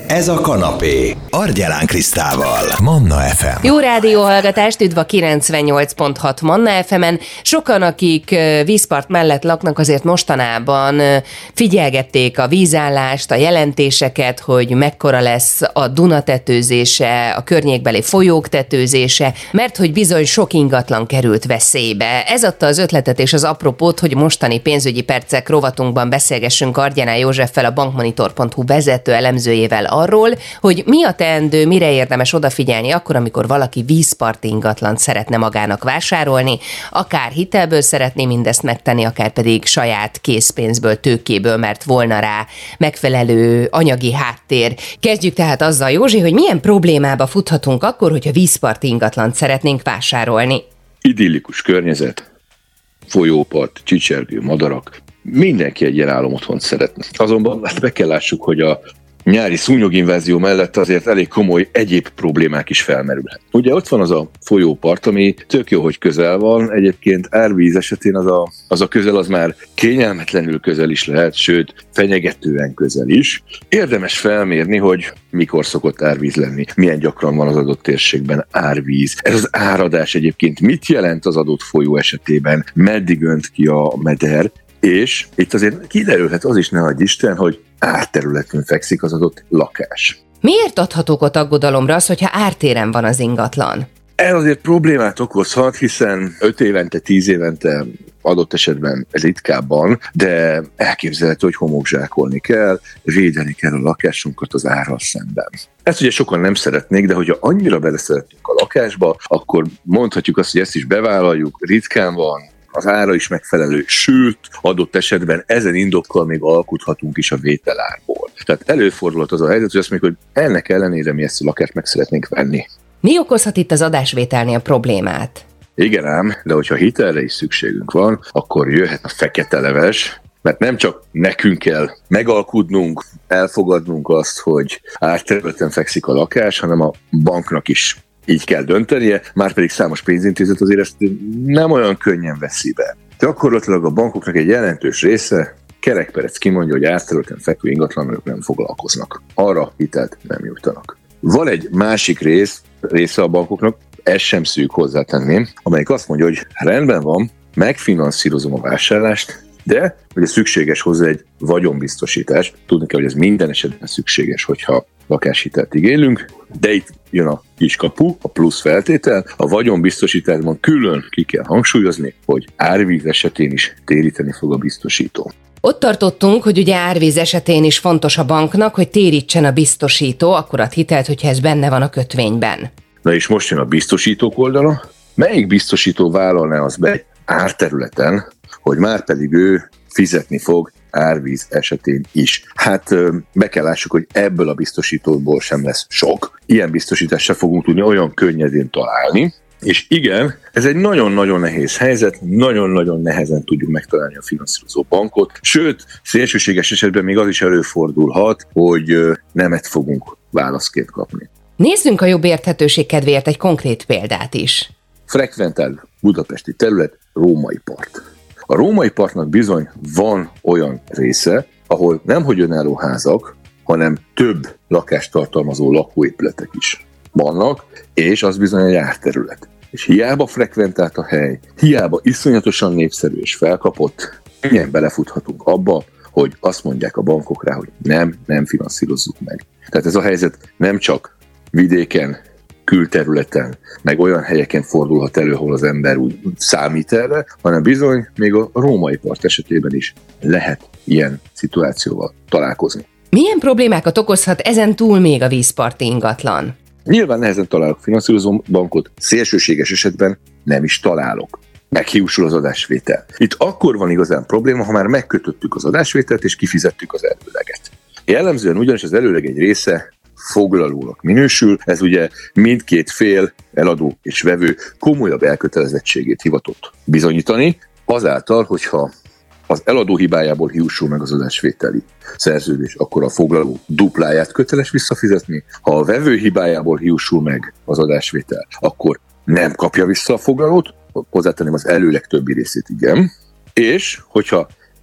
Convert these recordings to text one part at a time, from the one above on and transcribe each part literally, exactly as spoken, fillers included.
Ez a kanapé. Argyelán Krisztával. Manna ef em. Jó rádióhallgatást, üdv a kilencvennyolc pont hat Manna ef emen. Sokan, akik vízpart mellett laknak, azért mostanában figyelgették a vízállást, a jelentéseket, hogy mekkora lesz a Duna tetőzése, a környékbeli folyók tetőzése, mert hogy bizony sok ingatlan került veszélybe. Ez adta az ötletet és az apropót, hogy mostani pénzügyi percek rovatunkban beszélgessünk Argyelán Józseffel, a bankmonitor pont hu vezető elemzőjével arról, hogy mi a teendő, mire érdemes odafigyelni akkor, amikor valaki vízparti ingatlant szeretne magának vásárolni, akár hitelből szeretné mindezt megtenni, akár pedig saját készpénzből, tőkéből, mert volna rá megfelelő anyagi háttér. Kezdjük tehát azzal, Józsi, hogy milyen problémába futhatunk akkor, hogyha vízparti ingatlant szeretnénk vásárolni. Idillikus környezet, folyópart, csicsergő madarak, mindenki egy ilyen álomotthont szeretne. Azonban hát be kell lássuk, hogy a nyári szúnyoginvázió mellett azért elég komoly egyéb problémák is felmerülhet. Ugye ott van az a folyópart, ami tök jó, hogy közel van, egyébként árvíz esetén az a, az a közel az már kényelmetlenül közel is lehet, sőt, fenyegetően közel is. Érdemes felmérni, hogy mikor szokott árvíz lenni, milyen gyakran van az adott térségben árvíz. Ez az áradás egyébként mit jelent az adott folyó esetében, meddig önt ki a meder, és itt azért kiderülhet az is, ne adj Isten, hogy árterületén fekszik az adott lakás. Miért adhatok ott aggodalomra az, hogyha ártéren van az ingatlan? Ez azért problémát okozhat, hiszen öt évente, tíz évente adott esetben ritkábban, de elképzelhető, hogy homokzsákolni kell, védeni kell a lakásunkat az árral szemben. Ezt ugye sokan nem szeretnék, de hogyha annyira beleszeretünk a lakásba, akkor mondhatjuk azt, hogy ezt is bevállaljuk, ritkán van, az ára is megfelelő, sőt, adott esetben ezen indokkal még alkuthatunk is a vételárból. Tehát előfordulhat az a helyzet, hogy azt mondjuk, hogy ennek ellenére mi ezt a lakást meg szeretnénk venni. Mi okozhat itt az adásvételnél problémát? Igen ám, de hogyha hitelre is szükségünk van, akkor jöhet a fekete leves, mert nem csak nekünk kell megalkudnunk, elfogadnunk azt, hogy árterületen fekszik a lakás, hanem a banknak is így kell döntenie, márpedig számos pénzintézet azért ezt nem olyan könnyen veszi be. Gyakorlatilag a bankoknak egy jelentős része, kerekperec kimondja, hogy árterületen fekvő ingatlanok nem foglalkoznak. Arra hitelt nem nyújtanak. Van egy másik rész, része a bankoknak, ezt sem szűk hozzátenném, amelyik azt mondja, hogy rendben van, megfinanszírozom a vásárlást, de hogy szükséges hozzá egy vagyonbiztosítás. Tudni kell, hogy ez minden esetben szükséges, hogyha lakáshitelt igénylünk, de itt jön a kiskapu, a plusz feltétel, a vagyonbiztosításban külön ki kell hangsúlyozni, hogy árvíz esetén is téríteni fog a biztosító. Ott tartottunk, hogy ugye árvíz esetén is fontos a banknak, hogy térítsen a biztosító akkorat hitelt, hogyha ez benne van a kötvényben. Na és most jön a biztosítók oldala. Melyik biztosító vállalná azt be egy árterületen, hogy már pedig ő fizetni fog árvíz esetén is? Hát be kell lássuk, hogy ebből a biztosítóból sem lesz sok. Ilyen biztosítást se fogunk tudni olyan könnyedén találni. És igen, ez egy nagyon-nagyon nehéz helyzet, nagyon-nagyon nehezen tudjuk megtalálni a finanszírozó bankot, sőt, szélsőséges esetben még az is előfordulhat, hogy nemet fogunk válaszként kapni. Nézzünk a jobb érthetőség kedvéért egy konkrét példát is. Frekventált budapesti terület, Római part. A Római partnak bizony van olyan része, ahol nemhogy önálló házak, hanem több lakást tartalmazó lakóépületek is vannak, és az bizony egy árterület. És hiába frekventált a hely, hiába iszonyatosan népszerű és felkapott, milyen belefuthatunk abba, hogy azt mondják a bankok rá, hogy nem, nem finanszírozzuk meg. Tehát ez a helyzet nem csak vidéken, külterületen, meg olyan helyeken fordulhat elő, ahol az ember úgy számít erre, hanem bizony még a Római part esetében is lehet ilyen szituációval találkozni. Milyen problémákat okozhat ezen túl még a vízparti ingatlan? Nyilván nehezen találok finanszírozó bankot, szélsőséges esetben nem is találok. Meghiúsul az adásvétel. Itt akkor van igazán probléma, ha már megkötöttük az adásvételt és kifizettük az előleget. Jellemzően ugyanis az előleg egy része foglalónak minősül, ez ugye mindkét fél, eladó és vevő komolyabb elkötelezettségét hivatott bizonyítani, azáltal, hogyha az eladó hibájából hiúsul meg az adásvételi szerződés, akkor a foglaló dupláját köteles visszafizetni, ha a vevő hibájából hiúsul meg az adásvétel, akkor nem kapja vissza a foglalót, hozzátenném az előleg többi részét, igen, és hogyha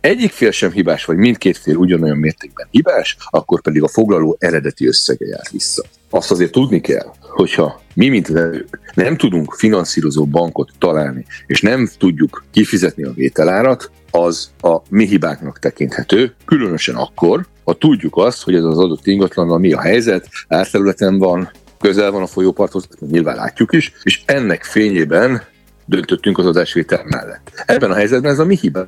egyik fél sem hibás, vagy mindkét fél ugyanolyan mértékben hibás, akkor pedig a foglaló eredeti összege jár vissza. Azt azért tudni kell, hogyha mi, mint vevők nem tudunk finanszírozó bankot találni, és nem tudjuk kifizetni a vételárat, az a mi hibáknak tekinthető, különösen akkor, ha tudjuk azt, hogy ez az adott ingatlannal mi a helyzet, árterületen van, közel van a folyóparthoz, nyilván látjuk is, és ennek fényében döntöttünk az adásvétel mellett. Ebben a helyzetben ez a mi hibánk.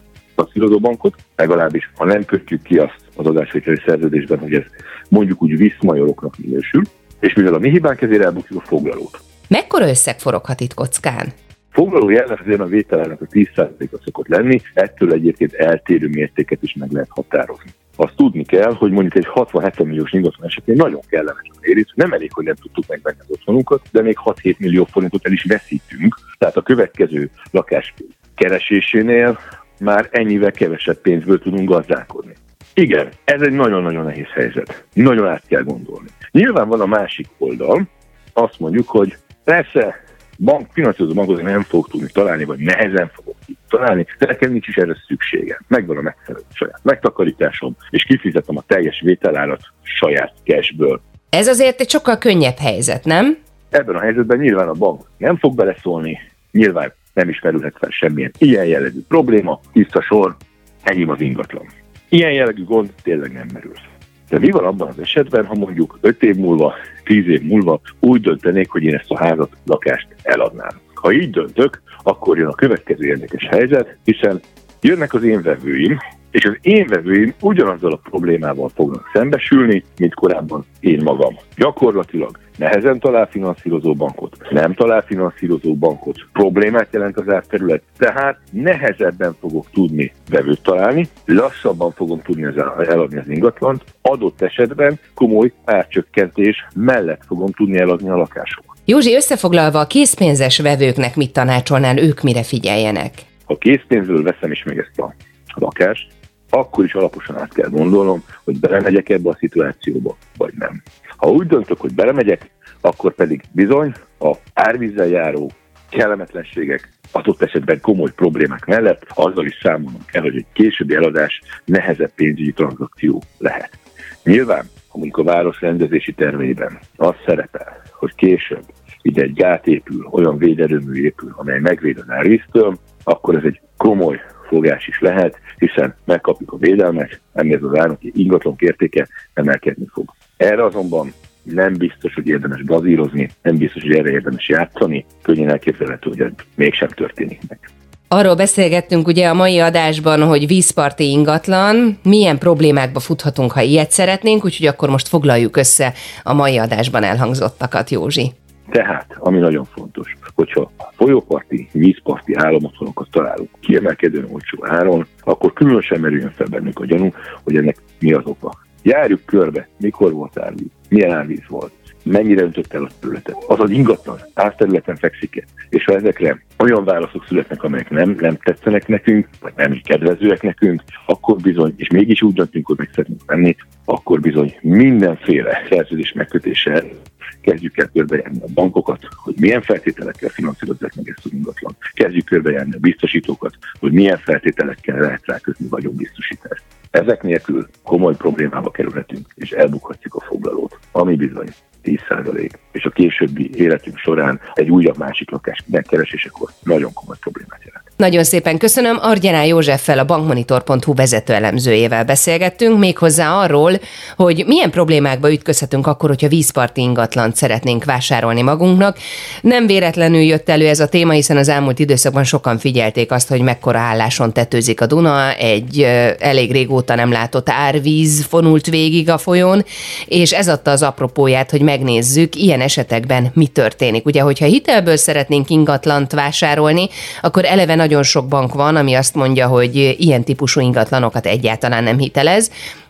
A bankot, legalábbis ha nem kötjük ki azt az adásvételi szerződésben, hogy ez mondjuk úgy viszmajoroknak minősül, és mivel a mi hibánk, ezért elbukjuk a foglalót. Mekkora összeg foroghat itt kockán? Foglaló jellemzően a vételárnak a tíz százaléka szokott lenni, ettől egyébként eltérő mértéket is meg lehet határozni. Azt tudni kell, hogy mondjuk egy hatvan-hetven milliós ingatlan esetén nagyon kellemes az érés, nem elég, hogy nem tudtuk megvenni az otthonunkat, de még hat-hét millió forintot el is veszítünk. Tehát a következő lakás keresésénél már ennyivel kevesebb pénzből tudunk gazdálkodni. Igen, ez egy nagyon-nagyon nehéz helyzet. Nagyon át kell gondolni. Nyilván van a másik oldal, azt mondjuk, hogy persze bank, finanszírozó bankot nem fog tudni találni, vagy nehezen fogok tudni találni, de nekem nincs is erre szüksége. Megvan a megfelelő saját megtakarításom, és kifizetem a teljes vételárat saját cashből. Ez azért egy sokkal könnyebb helyzet, nem? Ebben a helyzetben nyilván a bank nem fog beleszólni, nyilván nem is merülhet fel semmilyen ilyen jellegű probléma, tiszta sor, enyém az ingatlan. Ilyen jellegű gond tényleg nem merül. De mi van abban az esetben, ha mondjuk öt év múlva, tíz év múlva úgy döntenék, hogy én ezt a házat, lakást eladnám. Ha így döntök, akkor jön a következő érdekes helyzet, hiszen jönnek az én vevőim, és az én vevőim ugyanazzal a problémával fognak szembesülni, mint korábban én magam. Gyakorlatilag nehezen talál finanszírozó bankot, nem talál finanszírozó bankot, problémát jelent az árterület, tehát nehezebben fogok tudni vevőt találni, lassabban fogom tudni eladni az ingatlant, adott esetben komoly árcsökkentés mellett fogom tudni eladni a lakásomat. Józsi, összefoglalva a készpénzes vevőknek mit tanácsolnál, ők mire figyeljenek? Ha készpénzből veszem is meg ezt a lakást, akkor is alaposan át kell gondolnom, hogy belemegyek ebbe a szituációba, vagy nem. Ha úgy döntök, hogy belemegyek, akkor pedig bizony a árvízzel járó kellemetlenségek, adott esetben komoly problémák mellett azzal is számolnom kell, hogy egy későbbi eladás nehezebb pénzügyi tranzakció lehet. Nyilván, ha mondjuk a város rendezési terveiben az szerepel, hogy később ide egy gát épül, olyan véderőmű épül, amely megvéd az árvíztől, akkor ez egy komoly fogás is lehet, hiszen megkapjuk a védelmet, emiatt az árnak ingatlanok értéke emelkedni fog. Erre azonban nem biztos, hogy érdemes bazírozni, nem biztos, hogy erre érdemes játszani, könnyen elképzelhető, hogy ez mégsem történik meg. Arról beszélgettünk ugye a mai adásban, hogy vízparti ingatlan, milyen problémákba futhatunk, ha ilyet szeretnénk, úgyhogy akkor most foglaljuk össze a mai adásban elhangzottakat, Józsi. Tehát, ami nagyon fontos, hogyha folyóparti, vízparti államotthonokat találunk kiemelkedően olcsó áron, akkor különösen merüljön fel bennünk a gyanú, hogy ennek mi az oka. Járjuk körbe, mikor volt árvíz, milyen árvíz volt, mennyire öntött el a területet. Az az ingatlan árterületen fekszik-e? És ha ezekre olyan válaszok születnek, amelyek nem, nem tetszenek nekünk, vagy nem kedvezőek nekünk, akkor bizony, és mégis úgy döntünk, hogy meg szeretnénk venni, akkor bizony mindenféle szerződés megkötéssel kezdjük el körbejárni a bankokat, hogy milyen feltételekkel finanszírozzák meg ezt az ingatlan. Kezdjük körbejárni a biztosítókat, hogy milyen feltételekkel lehet rákötni vagyonbiztosítást. Ezek nélkül komoly problémába kerülhetünk, és elbukhatjuk a foglalót, ami bizony tíz százalék, és a későbbi életünk során egy újabb másik lakás megkeresésekor nagyon komoly problémát jelent. Nagyon szépen köszönöm. Argyánál Józseffel, a bankmonitor pont hu vezető elemzőjével beszélgettünk, méghozzá arról, hogy milyen problémákba ütközhetünk akkor, hogyha vízparti ingatlant szeretnénk vásárolni magunknak. Nem véletlenül jött elő ez a téma, hiszen az elmúlt időszakban sokan figyelték azt, hogy mekkora álláson tetőzik a Duna, egy elég régóta nem látott árvíz fonult végig a folyón, és ez adta az apropóját, hogy megnézzük, ilyen esetekben mi történik. Ugye, hogyha hitelből szeretnénk ingatlant vásárolni, akkor eleve nagyon sok bank van, ami azt mondja, hogy ilyen típusú ingatlanokat egyáltalán nem hitelez.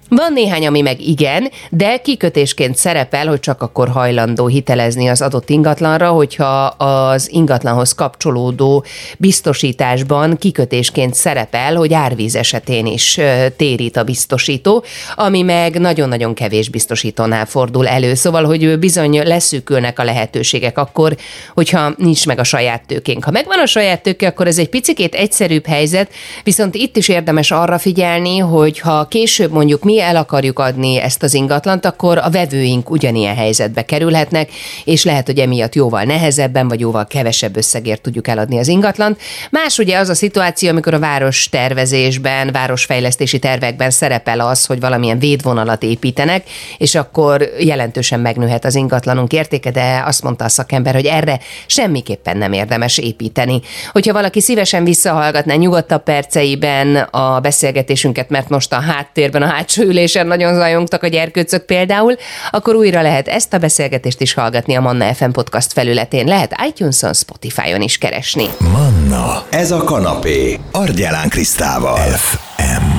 Van néhány, ami meg igen, de kikötésként szerepel, hogy csak akkor hajlandó hitelezni az adott ingatlanra, hogyha az ingatlanhoz kapcsolódó biztosításban kikötésként szerepel, hogy árvíz esetén is térít a biztosító, ami meg nagyon-nagyon kevés biztosítónál fordul elő. Szóval, hogy bizony leszűkülnek a lehetőségek akkor, hogyha nincs meg a saját tőkénk. Ha megvan a saját tőke, akkor ez egy picikét egyszerűbb helyzet, viszont itt is érdemes arra figyelni, hogy ha később mondjuk mi el akarjuk adni ezt az ingatlant, akkor a vevőink ugyanilyen helyzetbe kerülhetnek, és lehet, hogy emiatt jóval nehezebben, vagy jóval kevesebb összegért tudjuk eladni az ingatlant. Más ugye az a szituáció, amikor a város tervezésben, városfejlesztési tervekben szerepel az, hogy valamilyen védvonalat építenek, és akkor jelentősen megnőhet az ingatlanunk értéke, de azt mondta a szakember, hogy erre semmiképpen nem érdemes építeni. Hogyha valaki szívesen visszahallgatná nyugodtabb perceiben a beszélgetésünket, mert most a háttérben, a hátsó ülésen nagyon zajongtak a gyerkőcök például, akkor újra lehet ezt a beszélgetést is hallgatni a Manna ef em podcast felületén. Lehet iTunes-on, Spotify-on is keresni. Manna, ez a kanapé, Argyelán Krisztával. ef em